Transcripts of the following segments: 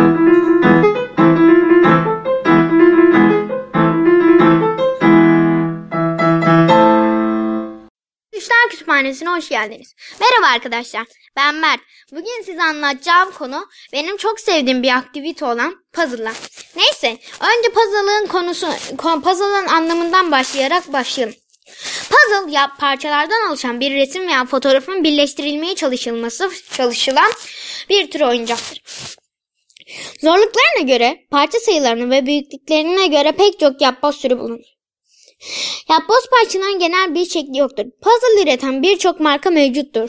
Düşler Kütüphanesi'ne hoş geldiniz. Merhaba arkadaşlar, ben Mert. Bugün size anlatacağım konu benim çok sevdiğim bir aktivite olan puzzle'lar. Neyse, önce puzzle'ın anlamından başlayalım. Puzzle parçalardan oluşan bir resim veya fotoğrafın birleştirilmeye çalışılan bir tür oyuncaktır. Zorluklarına göre, parça sayılarına ve büyüklüklerine göre pek çok yapboz türü bulunur. Yapboz parçaların genel bir şekli yoktur. Puzzle üreten birçok marka mevcuttur.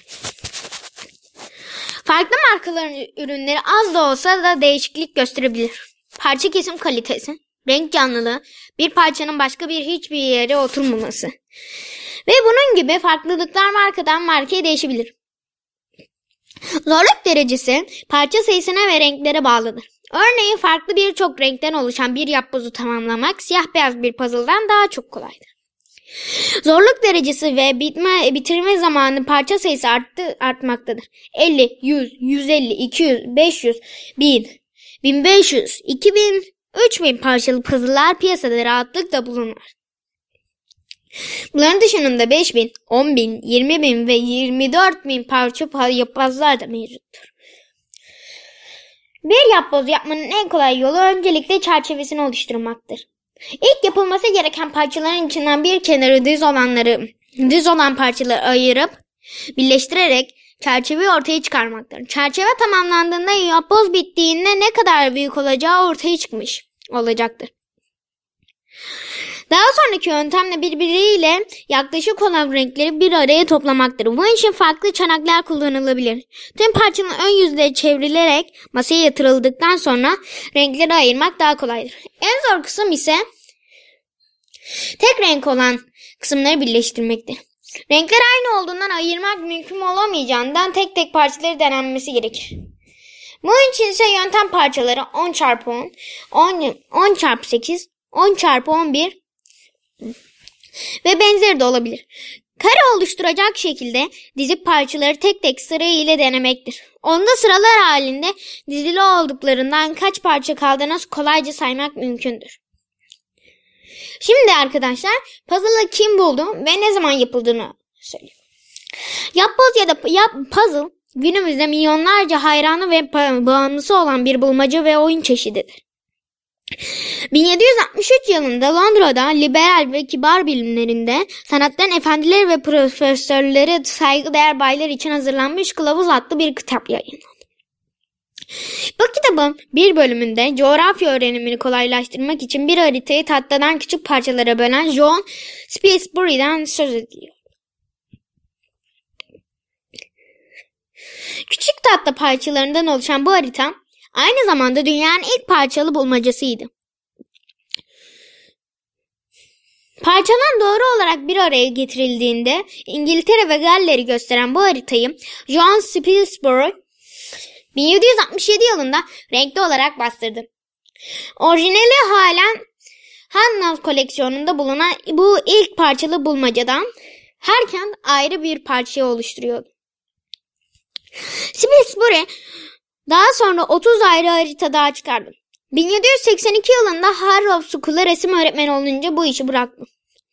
Farklı markaların ürünleri az da olsa da değişiklik gösterebilir. Parça kesim kalitesi, renk canlılığı, bir parçanın başka hiçbir yere oturmaması ve bunun gibi farklılıklar markadan markaya değişebilir. Zorluk derecesi parça sayısına ve renklere bağlıdır. Örneğin farklı birçok renkten oluşan bir yapbozu tamamlamak siyah beyaz bir puzzle'dan daha çok kolaydır. Zorluk derecesi ve bitirme zamanı parça sayısı artmaktadır. 50, 100, 150, 200, 500, 1000, 1500, 2000, 3000 parçalı puzzle'lar piyasada rahatlıkla bulunur. Bunların dışında 5000, 10.000, 20.000 ve 24.000 parça yapbozlar da mevcuttur. Bir yapboz yapmanın en kolay yolu öncelikle çerçevesini oluşturmaktır. İlk yapılması gereken parçaların içinden bir kenarı düz olan parçaları ayırıp birleştirerek çerçeveyi ortaya çıkarmaktır. Çerçeve tamamlandığında yapboz bittiğinde ne kadar büyük olacağı ortaya çıkmış olacaktır. Daha sonraki yöntemle birbiriyle yaklaşık olan renkleri bir araya toplamaktır. Bunun için farklı çanaklar kullanılabilir. Tüm parçanın ön yüzleri çevrilerek masaya yatırıldıktan sonra renkleri ayırmak daha kolaydır. En zor kısım ise tek renk olan kısımları birleştirmektir. Renkler aynı olduğundan ayırmak mümkün olamayacağından tek tek parçaları denenmesi gerekir. Bunun için ise yöntem parçaları 10x10, 10x8, 10x11 ve benzeri de olabilir. Kare oluşturacak şekilde dizip parçaları tek tek sırayla denemektir. Onda sıralar halinde dizili olduklarından kaç parça kaldığını kolayca saymak mümkündür. Şimdi arkadaşlar puzzle'ı kim buldu ve ne zaman yapıldığını söyleyeyim. Yapboz ya da puzzle günümüzde milyonlarca hayranı ve bağımlısı olan bir bulmaca ve oyun çeşididir. 1763 yılında Londra'da liberal ve kibar bilimlerinde sanatların efendileri ve profesörleri saygıdeğer baylar için hazırlanmış Kılavuz adlı bir kitap yayınlandı. Bu kitabın bir bölümünde coğrafya öğrenimini kolaylaştırmak için bir haritayı tahtadan küçük parçalara bölen John Spilsbury'den söz ediliyor. Küçük tahta parçalarından oluşan bu harita aynı zamanda dünyanın ilk parçalı bulmacasıydı. Parçalar doğru olarak bir araya getirildiğinde İngiltere ve Galler'i gösteren bu haritayı John Spilsbury 1767 yılında renkli olarak bastırdı. Orijinali halen Hannah koleksiyonunda bulunan bu ilk parçalı bulmacadan her kent ayrı bir parçayı oluşturuyordu. Spilsbury daha sonra 30 ayrı harita daha çıkardı. 1782 yılında Harrow School'da resim öğretmeni olunca bu işi bıraktı.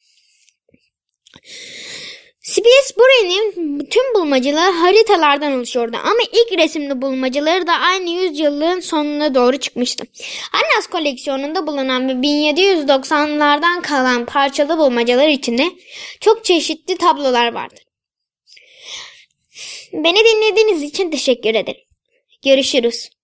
Spilsbury'nin tüm bulmacaları haritalardan oluşuyordu ama ilk resimli bulmacaları da aynı yüzyılın sonuna doğru çıkmıştı. Hannas koleksiyonunda bulunan ve 1790'lardan kalan parçalı bulmacalar içinde çok çeşitli tablolar vardır. Beni dinlediğiniz için teşekkür ederim. Görüşürüz.